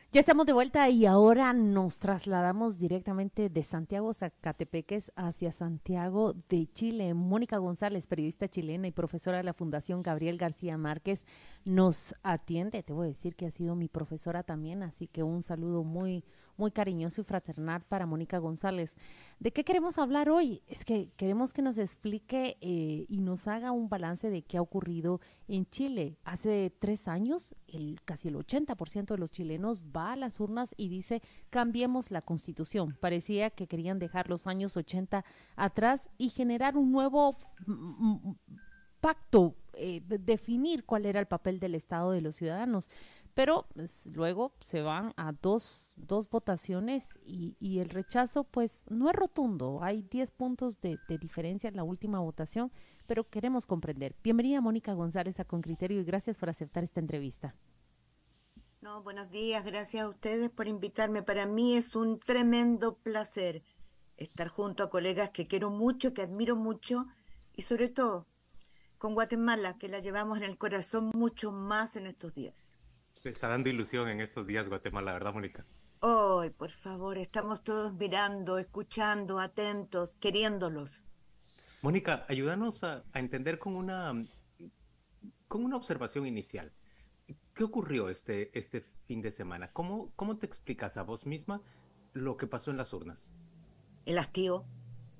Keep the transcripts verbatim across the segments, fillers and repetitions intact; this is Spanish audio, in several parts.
Ya estamos de vuelta y ahora nos trasladamos directamente de Santiago Zacatepeques hacia Santiago de Chile. Mónica González, periodista chilena y profesora de la Fundación Gabriel García Márquez, nos atiende. Te voy a decir que ha sido mi profesora también, así que un saludo muy, muy cariñoso y fraternal para Mónica González. ¿De qué queremos hablar hoy? Es que queremos que nos explique eh, y nos haga un balance de qué ha ocurrido en Chile. Hace tres años, el, casi el ochenta por ciento de los chilenos va a las urnas y dice cambiemos la constitución. Parecía que querían dejar los años ochenta atrás y generar un nuevo mm, pacto, eh, definir cuál era el papel del Estado de los ciudadanos. Pero pues, luego se van a dos, dos votaciones y, y, el rechazo pues no es rotundo. Hay diez puntos de, de diferencia en la última votación, pero queremos comprender. Bienvenida Mónica González a Con Criterio y gracias por aceptar esta entrevista. No, buenos días, gracias a ustedes por invitarme. Para mí es un tremendo placer estar junto a colegas que quiero mucho, que admiro mucho y sobre todo con Guatemala, que la llevamos en el corazón mucho más en estos días. Te está dando ilusión en estos días Guatemala, ¿verdad, Mónica? Hoy, por favor, estamos todos mirando, escuchando, atentos, queriéndolos. Mónica, ayúdanos a, a entender con una, con una observación inicial. ¿Qué ocurrió este, este fin de semana? ¿Cómo, cómo te explicas a vos misma lo que pasó en las urnas? El hastío,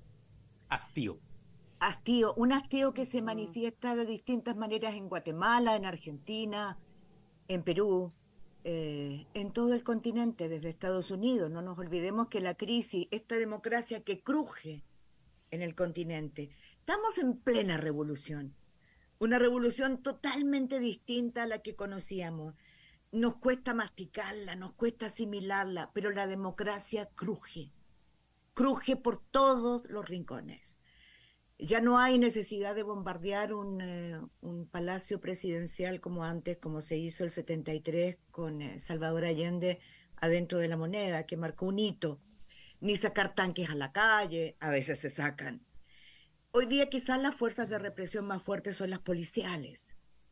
Hastío. hastío, un hastío que se manifiesta de distintas maneras en Guatemala, en Argentina, en Perú, eh, en todo el continente, desde Estados Unidos. No nos olvidemos que la crisis, esta democracia que cruje en el continente, estamos en plena revolución, una revolución totalmente distinta a la que conocíamos. Nos cuesta masticarla, nos cuesta asimilarla, pero la democracia cruje, cruje por todos los rincones. Ya no hay necesidad de bombardear un, eh, un palacio presidencial como antes, como se hizo el setenta y tres con eh, Salvador Allende adentro de la moneda, que marcó un hito, ni sacar tanques a la calle, a veces se sacan. Hoy día quizás las fuerzas de represión más fuertes son las policiales,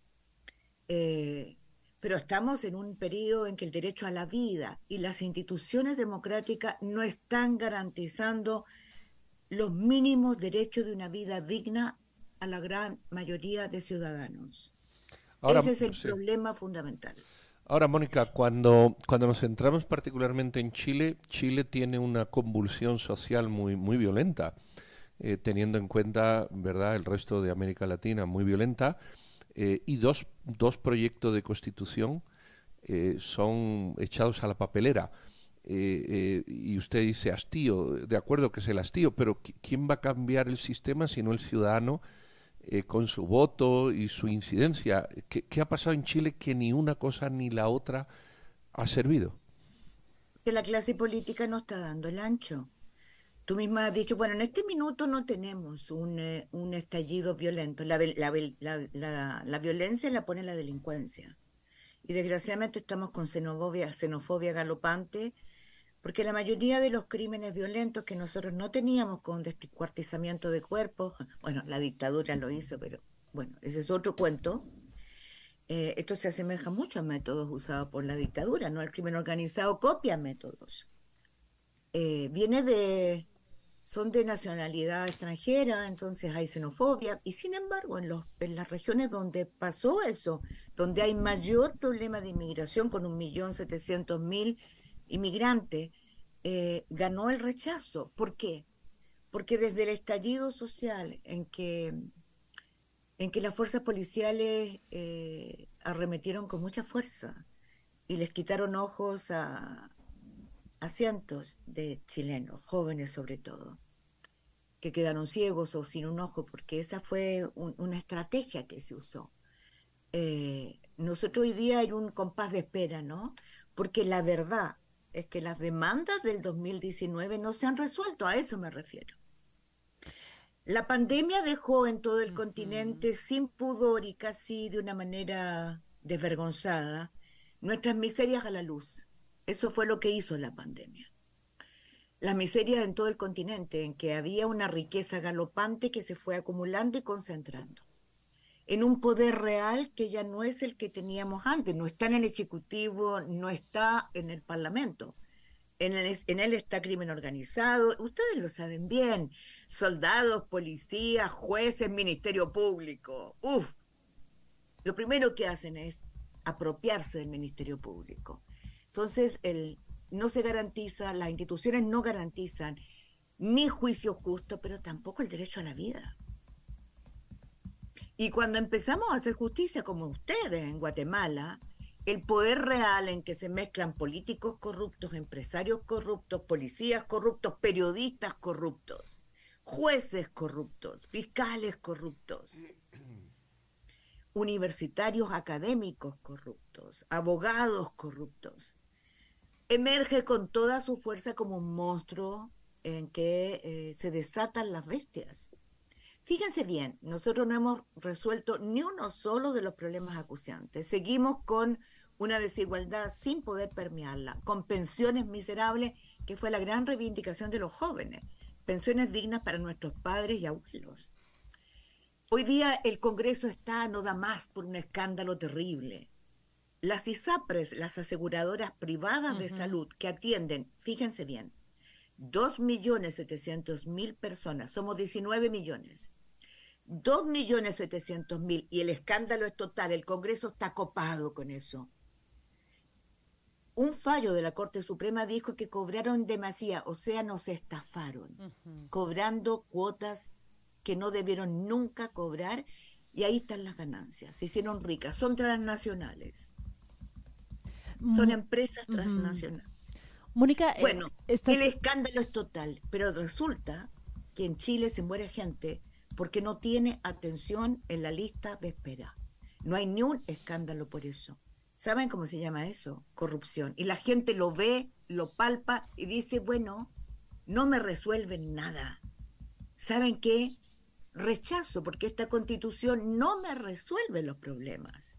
eh, pero estamos en un periodo en que el derecho a la vida y las instituciones democráticas no están garantizando los mínimos derechos de una vida digna a la gran mayoría de ciudadanos. Ahora, Ese es el sí. problema fundamental. Ahora, Mónica, cuando, cuando nos centramos particularmente en Chile, Chile tiene una convulsión social muy, muy violenta, eh, teniendo en cuenta, ¿verdad?, el resto de América Latina muy violenta, eh, y dos, dos proyectos de constitución eh, son echados a la papelera. Eh, eh, y usted dice hastío, de acuerdo que es el hastío, pero ¿quién va a cambiar el sistema si no el ciudadano eh, con su voto y su incidencia? ¿Qué, ¿Qué ha pasado en Chile que ni una cosa ni la otra ha servido? Que la clase política no está dando el ancho. Tú misma has dicho, bueno, en este minuto no tenemos un, eh, un estallido violento. La, la, la, la, la violencia la pone la delincuencia. Y desgraciadamente estamos con xenofobia, xenofobia galopante, porque la mayoría de los crímenes violentos que nosotros no teníamos con descuartizamiento de cuerpos, bueno, la dictadura lo hizo, pero bueno, ese es otro cuento. Eh, esto se asemeja mucho a métodos usados por la dictadura, ¿no? El crimen organizado copia métodos. Eh, viene de, son de nacionalidad extranjera, entonces hay xenofobia, y sin embargo, en los, en las regiones donde pasó eso, donde hay mayor problema de inmigración con un millón setecientos mil inmigrantes, eh, ganó el rechazo. ¿Por qué? Porque desde el estallido social en que, en que las fuerzas policiales eh, arremetieron con mucha fuerza y les quitaron ojos a, a cientos de chilenos, jóvenes sobre todo, que quedaron ciegos o sin un ojo, porque esa fue un, una estrategia que se usó. Eh, nosotros hoy día hay un compás de espera, ¿no? Porque la verdad es que las demandas del dos mil diecinueve no se han resuelto, a eso me refiero. La pandemia dejó en todo el Uh -huh. continente sin pudor y casi de una manera desvergonzada nuestras miserias a la luz. Eso fue lo que hizo la pandemia. Las miserias en todo el continente, en que había una riqueza galopante que se fue acumulando y concentrando. en un poder real que ya no es el que teníamos antes, no está en el Ejecutivo, no está en el Parlamento. En él, en él está crimen organizado, ustedes lo saben bien, soldados, policías, jueces, Ministerio Público. Uf, lo primero que hacen es apropiarse del Ministerio Público. Entonces, el, no se garantiza, las instituciones no garantizan ni juicio justo, pero tampoco el derecho a la vida. Y cuando empezamos a hacer justicia, como ustedes en Guatemala, el poder real en que se mezclan políticos corruptos, empresarios corruptos, policías corruptos, periodistas corruptos, jueces corruptos, fiscales corruptos, universitarios académicos corruptos, abogados corruptos, emerge con toda su fuerza como un monstruo en que eh, se desatan las bestias. Fíjense bien, nosotros no hemos resuelto ni uno solo de los problemas acuciantes. Seguimos con una desigualdad sin poder permearla, con pensiones miserables, que fue la gran reivindicación de los jóvenes, pensiones dignas para nuestros padres y abuelos. Hoy día el Congreso está, no da más por un escándalo terrible. Las ISAPRES, las aseguradoras privadas uh-huh. de salud que atienden, fíjense bien, dos millones setecientos mil personas, somos diecinueve millones, dos millones setecientos mil, y el escándalo es total, el Congreso está copado con eso. Un fallo de la Corte Suprema dijo que cobraron demasiado, o sea, nos estafaron, uh-huh. cobrando cuotas que no debieron nunca cobrar, y ahí están las ganancias, se hicieron ricas, son transnacionales, son empresas transnacionales. Uh-huh. Mónica, bueno, eh, estás... el escándalo es total, pero resulta que en Chile se muere gente porque no tiene atención en la lista de espera. No hay ni un escándalo por eso. ¿Saben cómo se llama eso? Corrupción. Y la gente lo ve, lo palpa y dice, bueno, no me resuelven nada. ¿Saben qué? Rechazo, porque esta Constitución no me resuelve los problemas.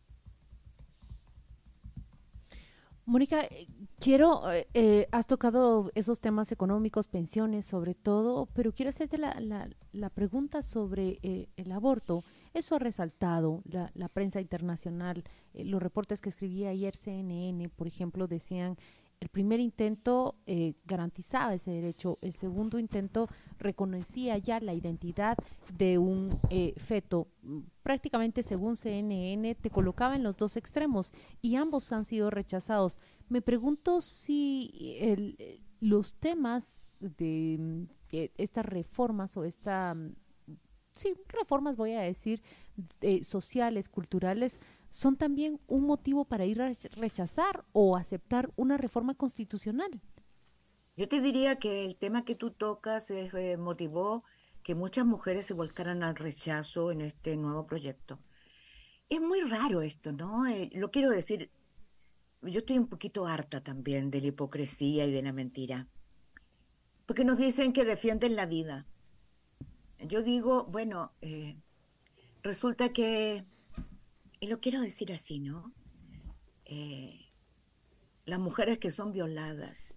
Mónica, quiero, eh, has tocado esos temas económicos, pensiones sobre todo, pero quiero hacerte la, la, la pregunta sobre eh, el aborto. Eso ha resaltado la, la prensa internacional, eh, los reportes que escribía ayer C N N, por ejemplo, decían el primer intento eh, garantizaba ese derecho, el segundo intento reconocía ya la identidad de un eh, feto. Prácticamente, según C N N, te colocaba en los dos extremos y ambos han sido rechazados. Me pregunto si el, los temas de eh, estas reformas o esta, sí, reformas voy a decir, eh, sociales, culturales, son también un motivo para ir a rechazar o aceptar una reforma constitucional. Yo te diría que el tema que tú tocas es, eh, motivó que muchas mujeres se volcaran al rechazo en este nuevo proyecto. Es muy raro esto, ¿no? Eh, lo quiero decir, yo estoy un poquito harta también de la hipocresía y de la mentira, porque nos dicen que defienden la vida. Yo digo, bueno, eh, resulta que, y lo quiero decir así, ¿no? Eh, las mujeres que son violadas,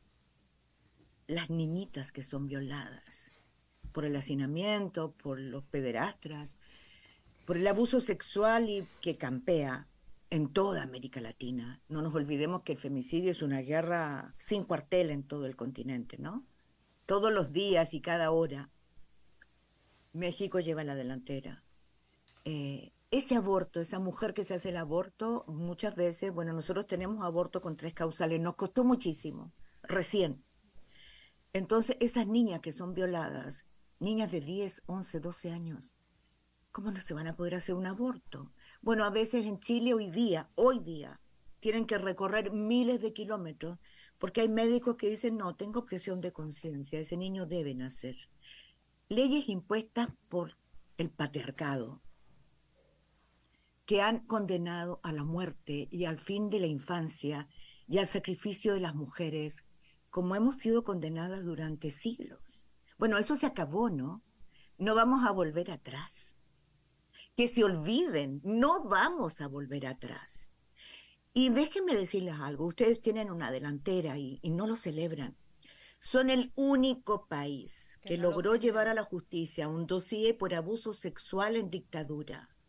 las niñitas que son violadas por el hacinamiento, por los pederastras, por el abuso sexual y que campea en toda América Latina. No nos olvidemos que el femicidio es una guerra sin cuartel en todo el continente, ¿no? Todos los días y cada hora México lleva la delantera. Eh, ese aborto, esa mujer que se hace el aborto, muchas veces, bueno, nosotros tenemos aborto con tres causales, nos costó muchísimo, recién. Entonces, esas niñas que son violadas, niñas de diez, once, doce años, ¿cómo no se van a poder hacer un aborto? Bueno, a veces en Chile hoy día, hoy día, tienen que recorrer miles de kilómetros porque hay médicos que dicen, no, tengo objeción de conciencia, ese niño debe nacer. Leyes impuestas por el patriarcado que han condenado a la muerte y al fin de la infancia y al sacrificio de las mujeres, como hemos sido condenadas durante siglos. Bueno, eso se acabó, ¿no? No vamos a volver atrás. Que se olviden, no vamos a volver atrás. Y déjenme decirles algo, ustedes tienen una delantera y, y no lo celebran. Son el único país que, que no logró llevar a la justicia un dossier por abuso sexual en dictadura.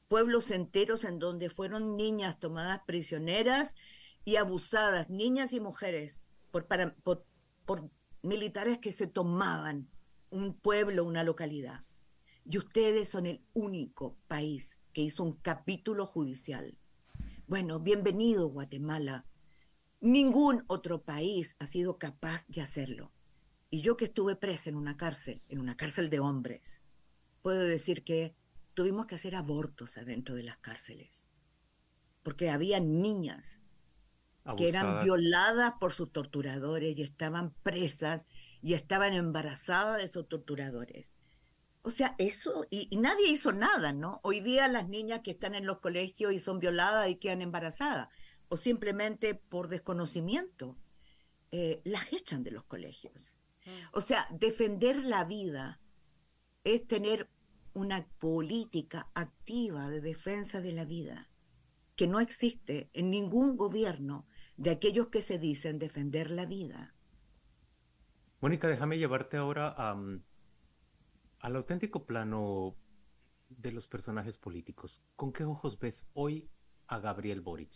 pueblos enteros en donde fueron niñas tomadas prisioneras y abusadas, niñas y mujeres, por, para, por, por militares que se tomaban un pueblo, una localidad. Y ustedes son el único país que hizo un capítulo judicial. Bueno, bienvenido, Guatemala. Ningún otro país ha sido capaz de hacerlo. Y yo que estuve presa en una cárcel, en una cárcel de hombres, puedo decir que tuvimos que hacer abortos adentro de las cárceles, porque había niñas abusadas, que eran violadas por sus torturadores y estaban presas y estaban embarazadas de esos torturadores. O sea, eso, y, y nadie hizo nada, ¿no? Hoy día las niñas que están en los colegios y son violadas y quedan embarazadas, o simplemente por desconocimiento, eh, las echan de los colegios. O sea, defender la vida es tener una política activa de defensa de la vida, que no existe en ningún gobierno de aquellos que se dicen defender la vida. Mónica, déjame llevarte ahora a, al auténtico plano de los personajes políticos. ¿Con qué ojos ves hoy a Gabriel Boric?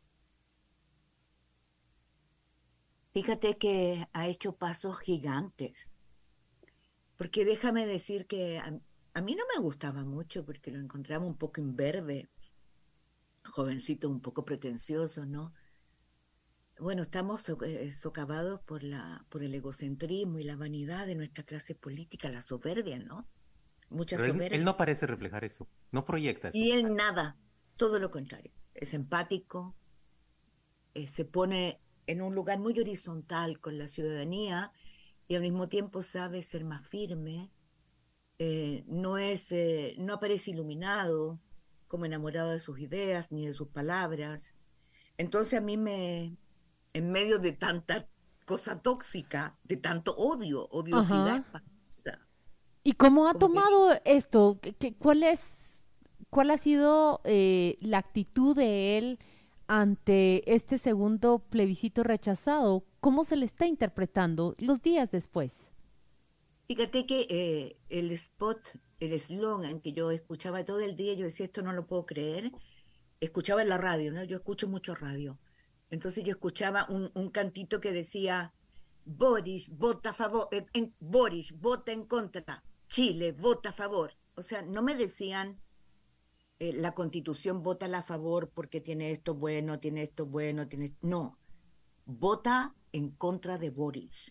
Fíjate que ha hecho pasos gigantes, porque déjame decir que a, a mí no me gustaba mucho porque lo encontraba un poco imberbe, jovencito un poco pretencioso, ¿no? Bueno, estamos so, eh, socavados por, la, por el egocentrismo y la vanidad de nuestra clase política, la soberbia, ¿no? Mucha Pero soberbia. Él, él no parece reflejar eso, no proyecta eso. Y él nada, todo lo contrario, es empático, eh, se pone en un lugar muy horizontal con la ciudadanía y al mismo tiempo sabe ser más firme, eh, no, es, eh, no aparece iluminado, como enamorado de sus ideas ni de sus palabras. Entonces a mí me, en medio de tanta cosa tóxica, de tanto odio, odiosidad, espantosa, ¿y cómo ha como tomado que, esto? ¿Qué, qué, cuál es, cuál ha sido eh, la actitud de él ante este segundo plebiscito rechazado? ¿Cómo se le está interpretando los días después? Fíjate que eh, el spot, el eslogan que yo escuchaba todo el día, yo decía, esto no lo puedo creer, escuchaba en la radio, ¿no? Yo escucho mucho radio. Entonces yo escuchaba un, un cantito que decía, Boric vota a favor, en, en, Boric vota en contra, Chile vota a favor. O sea, no me decían, eh, la Constitución vota a favor porque tiene esto bueno, tiene esto bueno, tiene... No, vota en contra de Boric.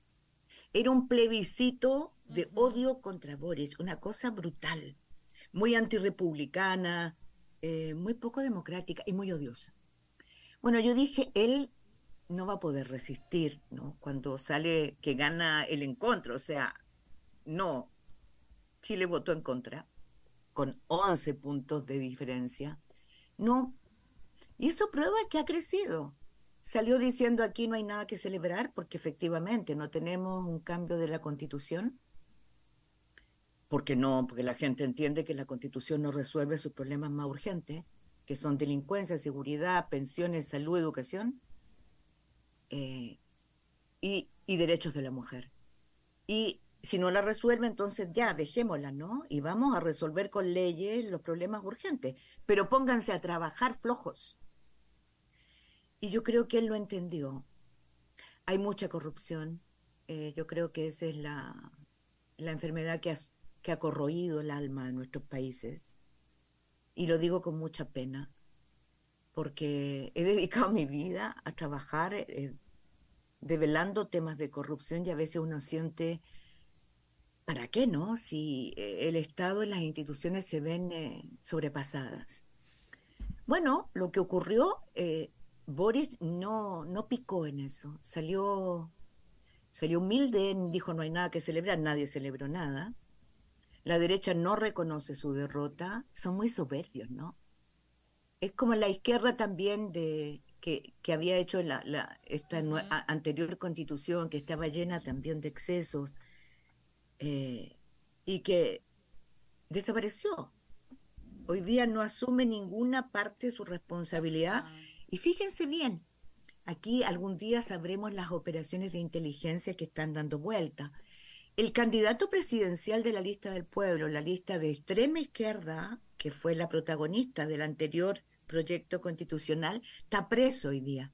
Era un plebiscito de uh-huh. odio contra Boric, una cosa brutal, muy antirrepublicana, eh, muy poco democrática y muy odiosa. Bueno, yo dije, él no va a poder resistir, ¿no? Cuando sale que gana el en contra, o sea, no, Chile votó en contra, con once puntos de diferencia, no, y eso prueba que ha crecido. Salió diciendo aquí no hay nada que celebrar porque efectivamente no tenemos un cambio de la Constitución, porque no, porque la gente entiende que la Constitución no resuelve sus problemas más urgentes, que son delincuencia, seguridad, pensiones, salud, educación eh, y, y derechos de la mujer. Y si no la resuelve, entonces ya, dejémosla, ¿no? Y vamos a resolver con leyes los problemas urgentes, pero pónganse a trabajar flojos. Y yo creo que él lo entendió. Hay mucha corrupción. Eh, yo creo que esa es la, la enfermedad que ha, que ha corroído el alma de nuestros países. Y lo digo con mucha pena, porque he dedicado mi vida a trabajar eh, develando temas de corrupción y a veces uno siente, ¿para qué no? Si eh, el Estado y las instituciones se ven eh, sobrepasadas. Bueno, lo que ocurrió... Eh, Boric no, no picó en eso, salió, salió humilde, dijo no hay nada que celebrar, nadie celebró nada. La derecha no reconoce su derrota, son muy soberbios, ¿no? Es como la izquierda también de, que, que había hecho la, la, esta uh-huh. a, anterior constitución, que estaba llena también de excesos, eh, y que desapareció. Hoy día no asume ninguna parte de su responsabilidad. Uh-huh. Y fíjense bien, aquí algún día sabremos las operaciones de inteligencia que están dando vuelta. El candidato presidencial de la lista del pueblo, la lista de extrema izquierda, que fue la protagonista del anterior proyecto constitucional, está preso hoy día.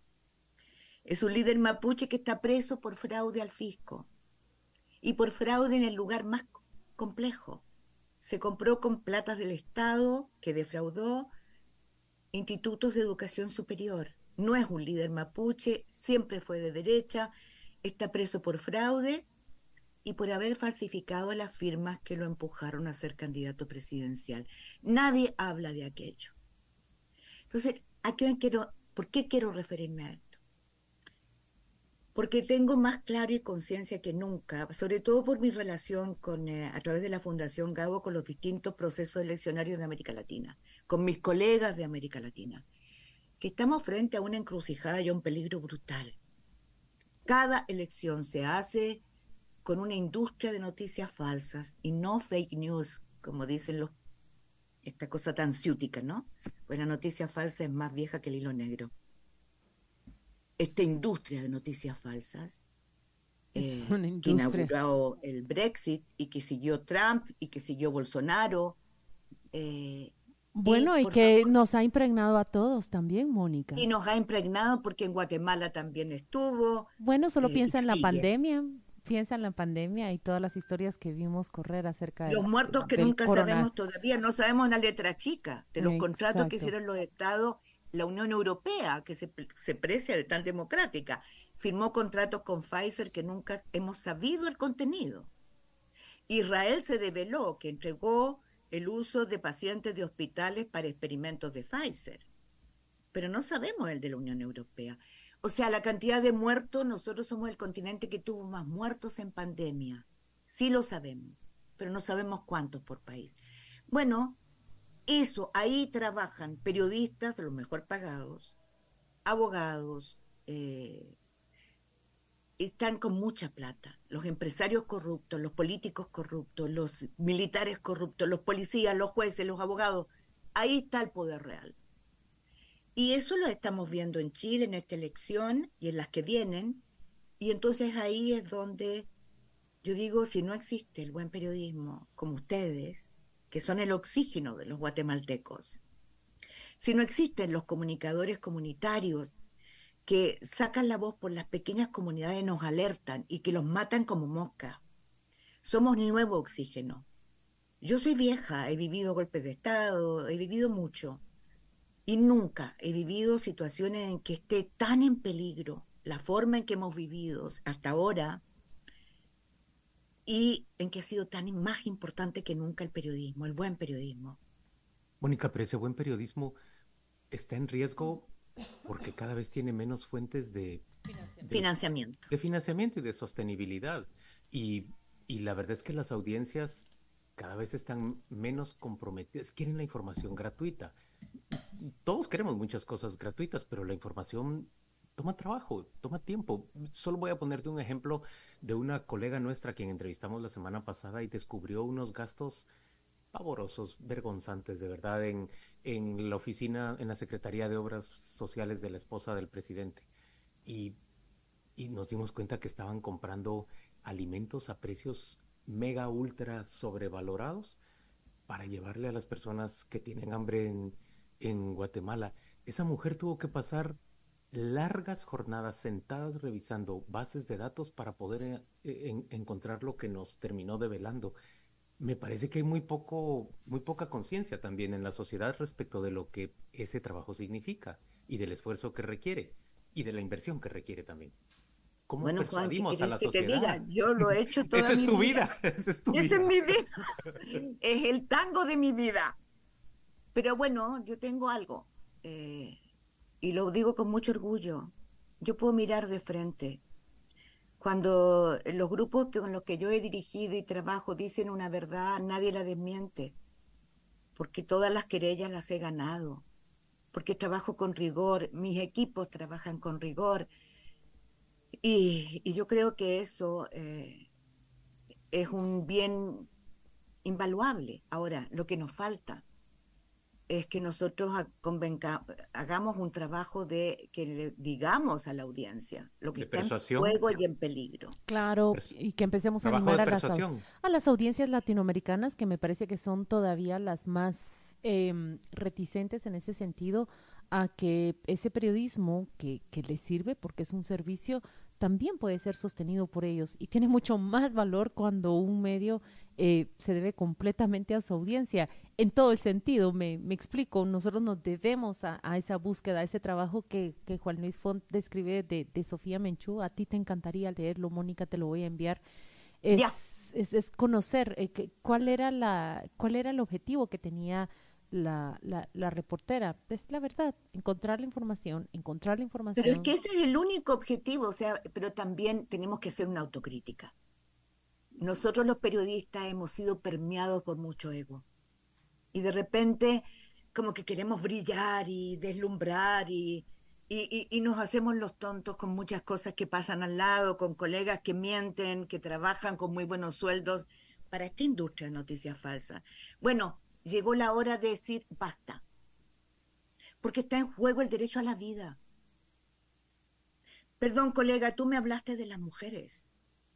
Es un líder mapuche que está preso por fraude al fisco y por fraude en el lugar más complejo. Se compró con platas del Estado que defraudó institutos de educación superior. No es un líder mapuche, siempre fue de derecha, está preso por fraude y por haber falsificado las firmas que lo empujaron a ser candidato presidencial. Nadie habla de aquello. Entonces, ¿a qué quiero, ¿por qué quiero referirme a esto? Porque tengo más claro y conciencia que nunca, sobre todo por mi relación con, eh, a través de la Fundación Gabo con los distintos procesos eleccionarios de América Latina, con mis colegas de América Latina, que estamos frente a una encrucijada y a un peligro brutal. Cada elección se hace con una industria de noticias falsas y no fake news, como dicen los, esta cosa tan ciútica, ¿no? Pues la noticia falsa es más vieja que el hilo negro. Esta industria de noticias falsas, Es eh, una que industria. inauguró el Brexit y que siguió Trump y que siguió Bolsonaro. Eh, Bueno, y y por que favor, nos ha impregnado a todos también, y Mónica. nos ha impregnado porque en Guatemala también estuvo Bueno, solo eh, y piensa en la sigue. pandemia, piensa en la pandemia y todas las historias que vimos correr acerca Los del, muertos que del nunca corona. sabemos todavía, no sabemos la letra chica de los contratos que Exacto. hicieron los estados, la Unión Europea, que se, se precia de tan democrática, firmó contratos con Pfizer que nunca hemos sabido el contenido. Israel se develó que entregó el uso de pacientes de hospitales para experimentos de Pfizer, pero no sabemos el de la Unión Europea. O sea, la cantidad de muertos, nosotros somos el continente que tuvo más muertos en pandemia. Sí lo sabemos, pero no sabemos cuántos por país. Bueno, eso, ahí trabajan periodistas de los mejor pagados, abogados, eh, están con mucha plata. Los empresarios corruptos, los políticos corruptos, los militares corruptos, los policías, los jueces, los abogados. Ahí está el poder real. Y eso lo estamos viendo en Chile, en esta elección y en las que vienen. Y entonces ahí es donde yo digo, si no existe el buen periodismo, como ustedes, que son el oxígeno de los guatemaltecos, si no existen los comunicadores comunitarios que sacan la voz por las pequeñas comunidades, nos alertan y que los matan como mosca, somos el nuevo oxígeno. Yo soy vieja, he vivido golpes de Estado, he vivido mucho. Y nunca he vivido situaciones en que esté tan en peligro la forma en que hemos vivido hasta ahora y en que ha sido tan más importante que nunca el periodismo, el buen periodismo. Mónica, pero ese buen periodismo está en riesgo porque cada vez tiene menos fuentes de, de, Financiamiento. de financiamiento y de sostenibilidad. Y, y la verdad es que las audiencias cada vez están menos comprometidas, quieren la información gratuita. Todos queremos muchas cosas gratuitas, pero la información toma trabajo, toma tiempo. Solo voy a ponerte un ejemplo de una colega nuestra a quien entrevistamos la semana pasada y descubrió unos gastos pavorosos, vergonzantes, de verdad, en, en la oficina, en la Secretaría de Obras Sociales de la esposa del presidente. Y, y nos dimos cuenta que estaban comprando alimentos a precios mega ultra sobrevalorados para llevarle a las personas que tienen hambre en, en Guatemala. Esa mujer tuvo que pasar largas jornadas sentadas revisando bases de datos para poder eh, en, encontrar lo que nos terminó develando. Me parece que hay muy poco, muy poca conciencia también en la sociedad respecto de lo que ese trabajo significa y del esfuerzo que requiere y de la inversión que requiere también. ¿Cómo Bueno, Juan, ¿qué persuadimos a querés la que te diga? sociedad? Yo lo he hecho toda Esa es mi tu vida. vida, esa es tu Esa es vida. mi vida. Es el tango de mi vida. Pero bueno, yo tengo algo. Eh, y lo digo con mucho orgullo. Yo puedo mirar de frente. Cuando los grupos con los que yo he dirigido y trabajo dicen una verdad, nadie la desmiente, porque todas las querellas las he ganado, porque trabajo con rigor, mis equipos trabajan con rigor, y, y yo creo que eso eh, es un bien invaluable. Ahora, lo que nos falta es que nosotros ha- convenga- hagamos un trabajo de que le digamos a la audiencia lo que De está en persuasión, juego y en peligro. Claro, pers- y que empecemos a trabajo de animar a las, au- persuasión. a las audiencias latinoamericanas, que me parece que son todavía las más em, reticentes en ese sentido, a que ese periodismo que, que les sirve, porque es un servicio, también puede ser sostenido por ellos. Y tiene mucho más valor cuando un medio eh, se debe completamente a su audiencia. En todo el sentido, me, me explico, nosotros nos debemos a, a esa búsqueda, a ese trabajo que, que Juan Luis Font describe de, de Sofía Menchú. A ti te encantaría leerlo, Mónica, te lo voy a enviar. Ya, Es, es, es conocer eh, que- cuál, era la, cuál era el objetivo que tenía la, la, la reportera. Es la verdad, encontrar la información, encontrar la pero es información. que ese es el único objetivo, o sea, pero también tenemos que hacer una autocrítica. Nosotros los periodistas hemos sido permeados por mucho ego y de repente como que queremos brillar y deslumbrar y, y, y- y nos hacemos los tontos con muchas cosas que pasan al lado, con colegas que mienten, que trabajan con muy buenos sueldos para esta industria de noticias falsas. Bueno, llegó la hora de decir basta, porque está en juego el derecho a la vida. Perdón, colega, tú me hablaste de las mujeres.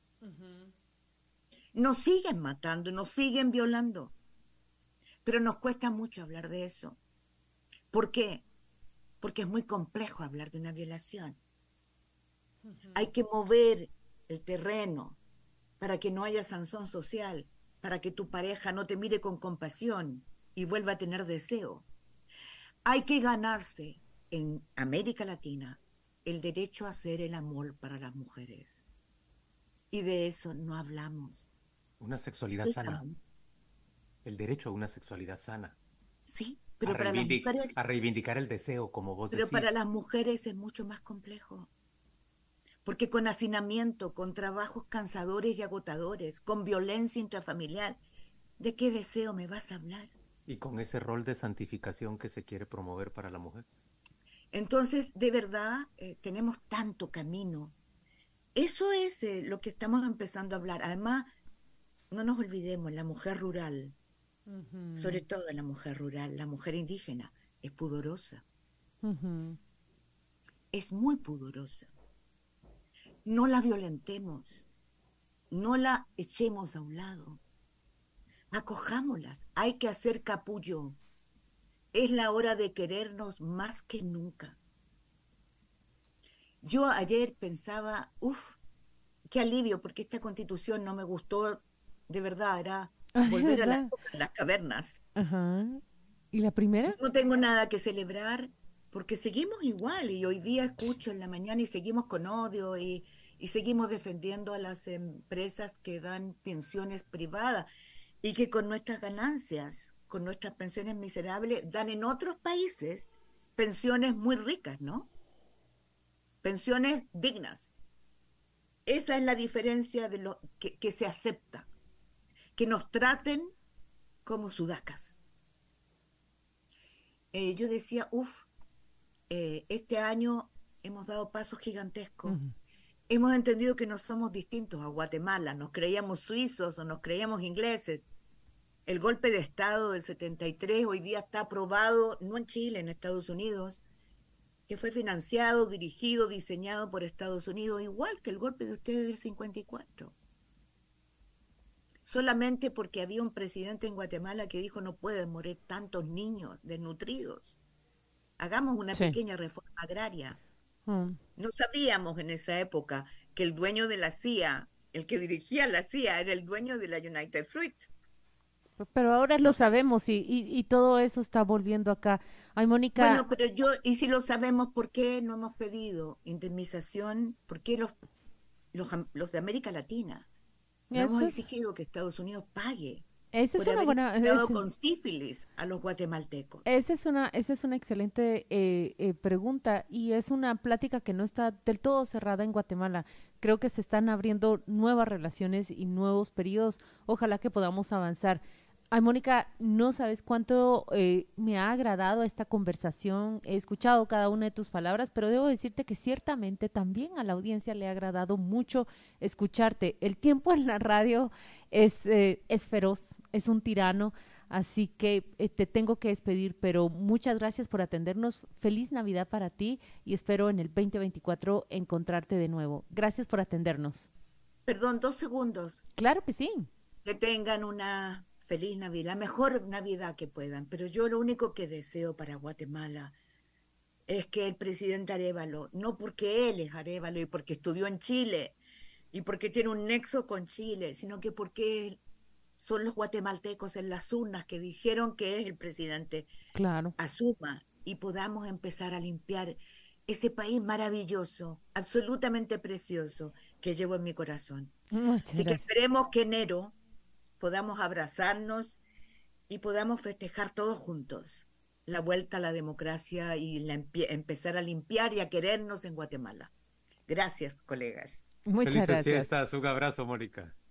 Nos siguen matando, nos siguen violando, pero nos cuesta mucho hablar de eso. ¿Por qué? Porque es muy complejo hablar de una violación. Hay que mover el terreno para que no haya sanción social, para que tu pareja no te mire con compasión y vuelva a tener deseo. Hay que ganarse en América Latina el derecho a hacer el amor para las mujeres. Y de eso no hablamos. Una sexualidad Esa- sana, el derecho a una sexualidad sana, Sí, a, pero para las reivindic- mujeres, a reivindicar el deseo, como vos pero para las decís. mujeres es mucho más complejo. Porque con hacinamiento, con trabajos cansadores y agotadores, con violencia intrafamiliar, ¿de qué deseo me vas a hablar? Y con ese rol de santificación que se quiere promover para la mujer. Entonces, de verdad, eh, tenemos tanto camino. Eso es eh, lo que estamos empezando a hablar. Además, no nos olvidemos, la mujer rural, Ujú, sobre todo la mujer rural, la mujer indígena, es pudorosa, ujú. es muy pudorosa. No la violentemos, no la echemos a un lado, acojámoslas, hay que hacer capullo. Es la hora de querernos más que nunca. Yo ayer pensaba, uff, qué alivio, porque esta constitución no me gustó, de verdad, era Ay, volver a la ¿verdad? época de las cavernas. Ajá. ¿Y la primera? No tengo nada que celebrar porque seguimos igual y hoy día escucho en la mañana y seguimos con odio y, y seguimos defendiendo a las empresas que dan pensiones privadas y que con nuestras ganancias, con nuestras pensiones miserables, dan en otros países pensiones muy ricas, ¿no? Pensiones dignas. Esa es la diferencia de lo que, que se acepta, que nos traten como sudacas. Eh, yo decía, uff, eh, este año hemos dado pasos gigantescos. Ujú. Hemos entendido que no somos distintos a Guatemala, nos creíamos suizos o nos creíamos ingleses. El golpe de Estado del setenta y tres hoy día está aprobado, no en Chile, en Estados Unidos, que fue financiado, dirigido, diseñado por Estados Unidos, igual que el golpe de ustedes del cincuenta y cuatro. Solamente porque había un presidente en Guatemala que dijo no pueden morir tantos niños desnutridos. Hagamos una Sí. pequeña reforma agraria. Mm. No sabíamos en esa época que el dueño de la C I A, el que dirigía la C I A, era el dueño de la United Fruit. Pero ahora lo sabemos y, y, y todo eso está volviendo acá. Ay, Mónica, Bueno, pero yo, y si lo sabemos, ¿por qué no hemos pedido indemnización? ¿Por qué los, los, los de América Latina no hemos eso es, exigido que Estados Unidos pague esa es por una haber buena, inoculado es- con sífilis a los guatemaltecos? esa es una, esa es una excelente eh, eh, pregunta y es una plática que no está del todo cerrada en Guatemala. Creo que se están abriendo nuevas relaciones y nuevos periodos. Ojalá que podamos avanzar. Ay, Mónica, no sabes cuánto eh, me ha agradado esta conversación. He escuchado cada una de tus palabras, pero debo decirte que ciertamente también a la audiencia le ha agradado mucho escucharte. El tiempo en la radio es, eh, es feroz, es un tirano. Así que eh, te tengo que despedir, pero muchas gracias por atendernos. Feliz Navidad para ti y espero en el veinte veinticuatro encontrarte de nuevo. Gracias por atendernos. Perdón, dos segundos. Claro que sí. Que tengan una feliz Navidad, la mejor Navidad que puedan. Pero yo lo único que deseo para Guatemala es que el presidente Arévalo, no porque él es Arévalo y porque estudió en Chile y porque tiene un nexo con Chile, sino que porque son los guatemaltecos en las urnas que dijeron que es el presidente, Claro. asuma y podamos empezar a limpiar ese país maravilloso, absolutamente precioso que llevo en mi corazón. Muchas Así que gracias. esperemos que enero podamos abrazarnos y podamos festejar todos juntos la vuelta a la democracia y la empezar a limpiar y a querernos en Guatemala. Gracias, colegas. Muchas Felices gracias. fiestas, un abrazo, Mónica.